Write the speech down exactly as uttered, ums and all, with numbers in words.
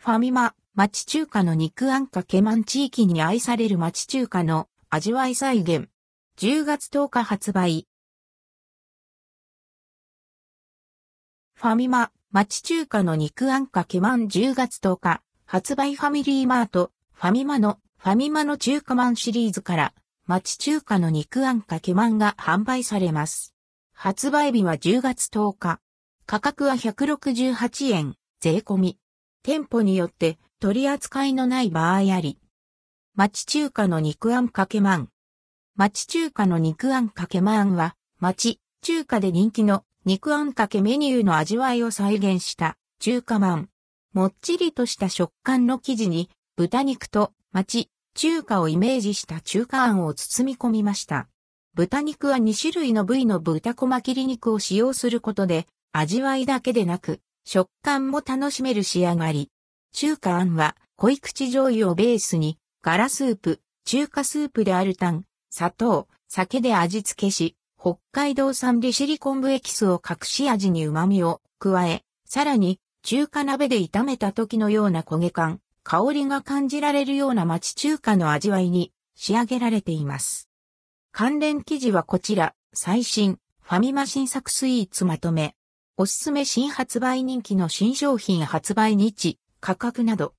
ファミマ、町中華の肉あんかけまん地域に愛される町中華の味わい再現。じゅうがつとおか発売。ファミマ、町中華の肉あんかけまんじゅうがつとおか発売。ファミリーマート、ファミマのファミマの中華まんシリーズから町中華の肉あんかけまんが販売されます。発売日はじゅうがつとおか。価格はひゃくろくじゅうはちえん、税込み。店舗によって取り扱いのない場合あり。町中華の肉あんかけまん。町中華の肉あんかけまんは、町中華で人気の肉あんかけメニューの味わいを再現した中華まん。もっちりとした食感の生地に豚肉と町中華をイメージした中華あんを包み込みました。豚肉はにしゅるいの部位の豚こま切り肉を使用することで、味わいだけでなく、食感も楽しめる仕上がり。中華あんは濃い口醤油をベースに、ガラスープ、中華スープであるタン、砂糖、酒で味付けし、北海道産利尻昆布エキスを隠し味に旨味を加え、さらに中華鍋で炒めた時のような焦げ感、香りが感じられるような町中華の味わいに仕上げられています。関連記事はこちら、最新、ファミマ新作スイーツまとめ。おすすめ新発売人気の新商品発売日、価格など。